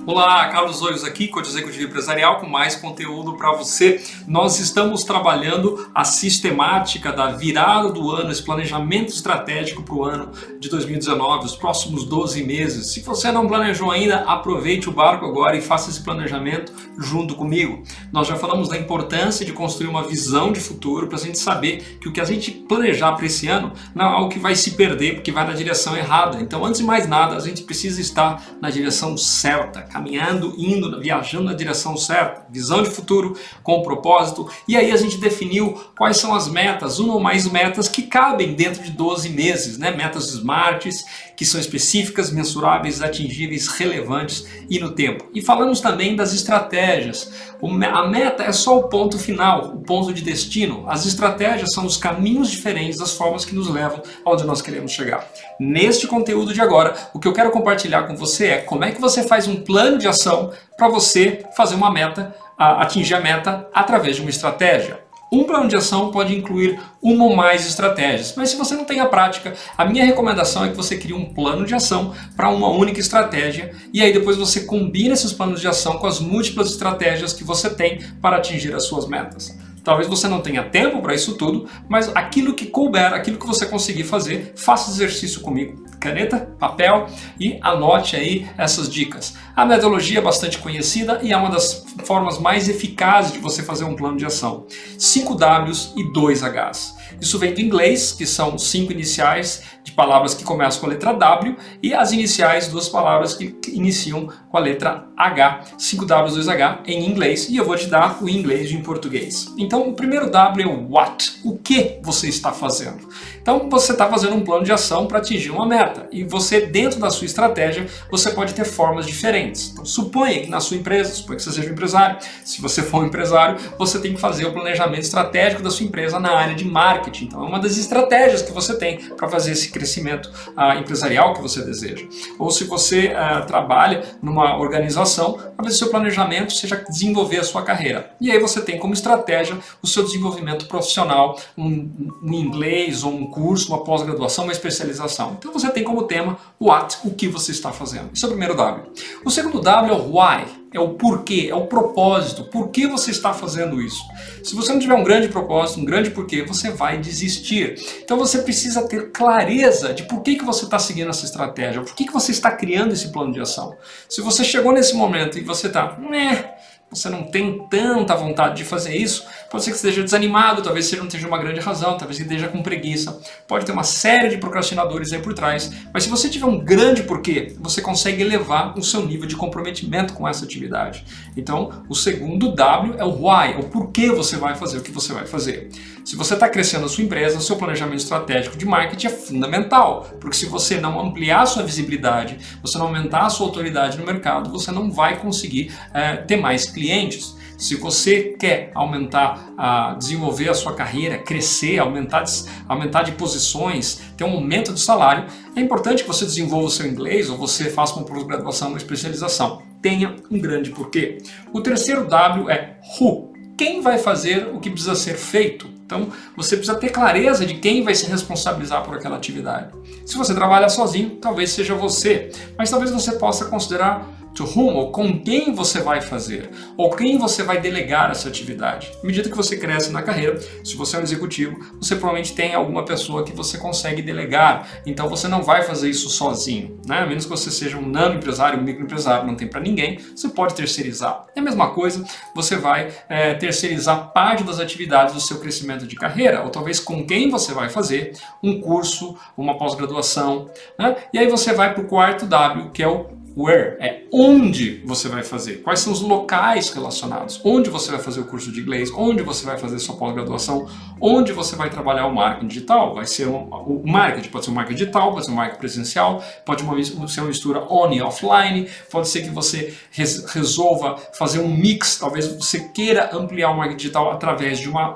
Olá, Carlos Olhos aqui, coach executivo empresarial, com mais conteúdo para você. Nós estamos trabalhando a sistemática da virada do ano, esse planejamento estratégico para o ano de 2019, os próximos 12 meses. Se você não planejou ainda, aproveite o barco agora e faça esse planejamento junto comigo. Nós já falamos da importância de construir uma visão de futuro para a gente saber que o que a gente planejar para esse ano não é algo que vai se perder porque vai na direção errada. Então, antes de mais nada, a gente precisa estar na direção certa, caminhando, indo, viajando na direção certa, visão de futuro com propósito. E aí a gente definiu quais são as metas, uma ou mais metas que cabem dentro de 12 meses, né? Metas smarts, que são específicas, mensuráveis, atingíveis, relevantes e no tempo. E falamos também das estratégias. A meta é só o ponto final, o ponto de destino. As estratégias são os caminhos diferentes, as formas que nos levam aonde nós queremos chegar. Neste conteúdo de agora, o que eu quero compartilhar com você é como é que você faz um plano de ação para você fazer uma meta, atingir a meta através de uma estratégia. Um plano de ação pode incluir uma ou mais estratégias, mas se você não tem a prática, a minha recomendação é que você crie um plano de ação para uma única estratégia e aí depois você combina esses planos de ação com as múltiplas estratégias que você tem para atingir as suas metas. Talvez você não tenha tempo para isso tudo, mas aquilo que couber, aquilo que você conseguir fazer, faça exercício comigo. Caneta, papel e anote aí essas dicas. A metodologia é bastante conhecida e é uma das formas mais eficazes de você fazer um plano de ação. 5 Ws e 2 Hs. Isso vem do inglês, que são 5 iniciais de palavras que começam com a letra W e as iniciais, 2 palavras que iniciam com a letra H. 5 Ws, 2 H em inglês, e eu vou te dar o inglês em português. Então, o primeiro W é o what, o que você está fazendo. Então, você está fazendo um plano de ação para atingir uma meta e você, dentro da sua estratégia, você pode ter formas diferentes. Então, suponha que na sua empresa, suponha que você seja um empresário, se você for um empresário, você tem que fazer o planejamento estratégico da sua empresa na área de marketing. Então, é uma das estratégias que você tem para fazer esse crescimento empresarial que você deseja. Ou se você trabalha numa organização, talvez o seu planejamento seja desenvolver a sua carreira. E aí você tem como estratégia o seu desenvolvimento profissional, um inglês ou um curso, uma pós-graduação, uma especialização. Então você tem como tema what, o que você está fazendo. Esse é o primeiro W. O segundo W é o why, é o porquê, é o propósito. Por que você está fazendo isso? Se você não tiver um grande propósito, um grande porquê, você vai desistir. Então você precisa ter clareza de por que você está seguindo essa estratégia, por que você está criando esse plano de ação. Se você chegou nesse momento e você está, você não tem tanta vontade de fazer isso, pode ser que você esteja desanimado, talvez você não tenha uma grande razão, talvez você esteja com preguiça, pode ter uma série de procrastinadores aí por trás, mas se você tiver um grande porquê, você consegue elevar o seu nível de comprometimento com essa atividade. Então, o segundo W é o why, é o porquê você vai fazer o que você vai fazer. Se você está crescendo a sua empresa, o seu planejamento estratégico de marketing é fundamental, porque se você não ampliar a sua visibilidade, você não aumentar a sua autoridade no mercado, você não vai conseguir ter mais clientes. Se você quer aumentar, desenvolver a sua carreira, crescer, aumentar de posições, ter um aumento de salário, é importante que você desenvolva o seu inglês ou você faça uma pós-graduação, uma especialização. Tenha um grande porquê. O terceiro W é who. Quem vai fazer o que precisa ser feito? Então, você precisa ter clareza de quem vai se responsabilizar por aquela atividade. Se você trabalha sozinho, talvez seja você, mas talvez você possa considerar to whom, ou com quem você vai fazer, ou quem você vai delegar essa atividade. À medida que você cresce na carreira, se você é um executivo, você provavelmente tem alguma pessoa que você consegue delegar, então você não vai fazer isso sozinho, né? A menos que você seja um nano empresário, um microempresário, não tem para ninguém, você pode terceirizar. É a mesma coisa, você vai terceirizar parte das atividades do seu crescimento de carreira, ou talvez com quem você vai fazer um curso, uma pós-graduação, né? E aí você vai para o quarto W, que é o where, é onde você vai fazer, quais são os locais relacionados, onde você vai fazer o curso de inglês, onde você vai fazer sua pós-graduação, onde você vai trabalhar o marketing digital, vai ser o marketing, pode ser um marketing digital, pode ser um marketing presencial, pode ser uma mistura on e offline, pode ser que você resolva fazer um mix, talvez você queira ampliar o marketing digital através de uma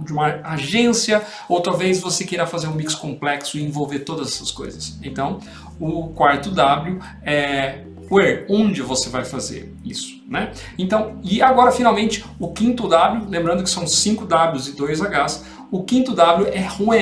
agência, ou talvez você queira fazer um mix complexo e envolver todas essas coisas. Então, o quarto W é where, onde você vai fazer isso, né? Então, e agora finalmente o quinto W, lembrando que são 5 Ws e 2 Hs, o quinto W é when.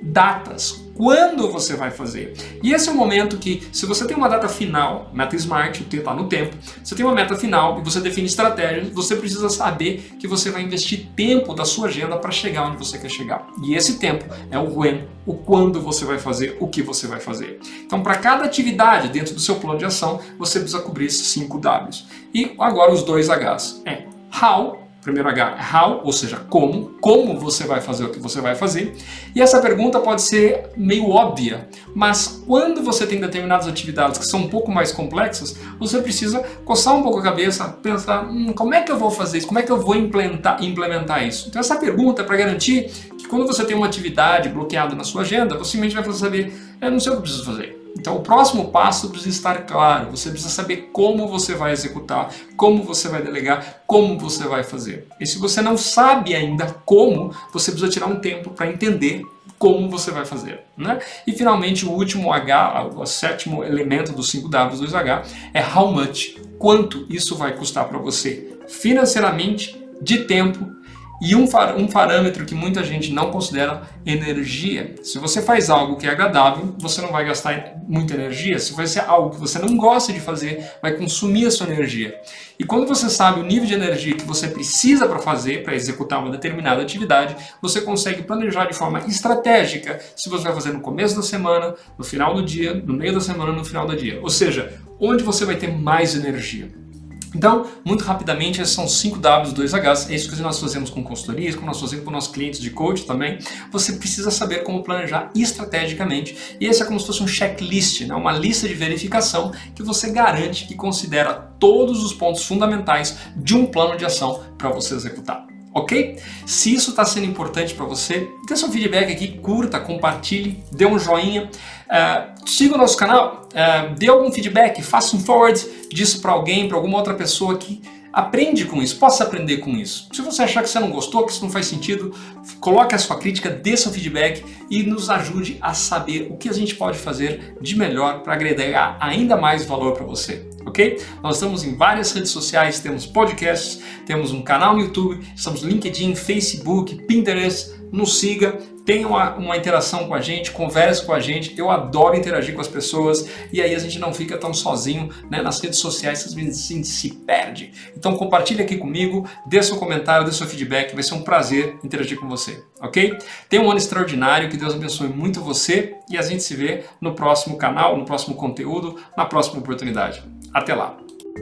datas. Quando você vai fazer? E esse é o momento que, se você tem uma data final, meta SMART, está no tempo, você tem uma meta final e você define estratégia, você precisa saber que você vai investir tempo da sua agenda para chegar onde você quer chegar. E esse tempo é o when, o quando você vai fazer, o que você vai fazer. Então, para cada atividade dentro do seu plano de ação, você precisa cobrir esses 5 Ws. E agora os 2 Hs. É how. Primeiro H, how, ou seja, como você vai fazer o que você vai fazer. E essa pergunta pode ser meio óbvia, mas quando você tem determinadas atividades que são um pouco mais complexas, você precisa coçar um pouco a cabeça, pensar, como é que eu vou fazer isso? Como é que eu vou implementar isso? Então essa pergunta é para garantir que quando você tem uma atividade bloqueada na sua agenda, você simplesmente vai precisar saber, eu não sei o que eu preciso fazer. Então o próximo passo precisa estar claro, você precisa saber como você vai executar, como você vai delegar, como você vai fazer. E se você não sabe ainda como, você precisa tirar um tempo para entender como você vai fazer, né? E finalmente o último H, o 7º elemento dos 5 Ws, 2H, é how much, quanto isso vai custar para você financeiramente, de tempo. E um parâmetro que muita gente não considera, energia. Se você faz algo que é agradável, você não vai gastar muita energia. Se vai ser algo que você não gosta de fazer, vai consumir a sua energia. E quando você sabe o nível de energia que você precisa para fazer, para executar uma determinada atividade, você consegue planejar de forma estratégica se você vai fazer no começo da semana, no final do dia, no meio da semana, no final do dia. Ou seja, onde você vai ter mais energia. Então, muito rapidamente, esses são 5 Ws, 2 Hs, é isso que nós fazemos com consultorias, como nós fazemos com nossos clientes de coach também. Você precisa saber como planejar estrategicamente, e esse é como se fosse um checklist, né? Uma lista de verificação que você garante que considera todos os pontos fundamentais de um plano de ação para você executar. Ok? Se isso está sendo importante para você, dê seu feedback aqui, curta, compartilhe, dê um joinha, siga o nosso canal, dê algum feedback, faça um forward disso para alguém, para alguma outra pessoa que aprende com isso, possa aprender com isso. Se você achar que você não gostou, que isso não faz sentido, coloque a sua crítica, dê seu feedback e nos ajude a saber o que a gente pode fazer de melhor para agregar ainda mais valor para você. Ok? Nós estamos em várias redes sociais, temos podcasts, temos um canal no YouTube, estamos no LinkedIn, Facebook, Pinterest, nos siga, tenha uma interação com a gente, converse com a gente, eu adoro interagir com as pessoas e aí a gente não fica tão sozinho, né? Nas redes sociais, às vezes a gente se perde. Então compartilhe aqui comigo, dê seu comentário, dê seu feedback, vai ser um prazer interagir com você, ok? Tenha um ano extraordinário, que Deus abençoe muito você e a gente se vê no próximo canal, no próximo conteúdo, na próxima oportunidade. Até lá!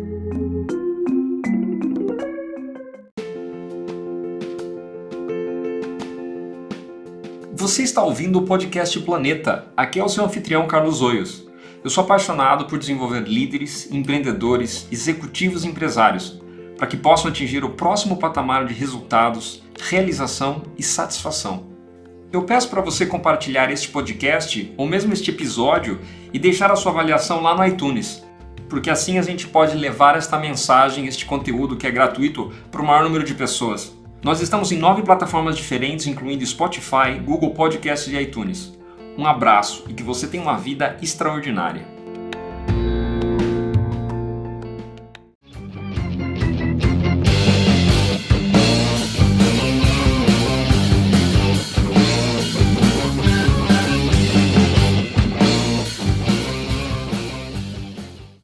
Você está ouvindo o podcast Planeta. Aqui é o seu anfitrião Carlos Oios. Eu sou apaixonado por desenvolver líderes, empreendedores, executivos e empresários para que possam atingir o próximo patamar de resultados, realização e satisfação. Eu peço para você compartilhar este podcast ou mesmo este episódio e deixar a sua avaliação lá no iTunes, porque assim a gente pode levar esta mensagem, este conteúdo que é gratuito para o maior número de pessoas. Nós estamos em 9 plataformas diferentes, incluindo Spotify, Google Podcasts e iTunes. Um abraço e que você tenha uma vida extraordinária.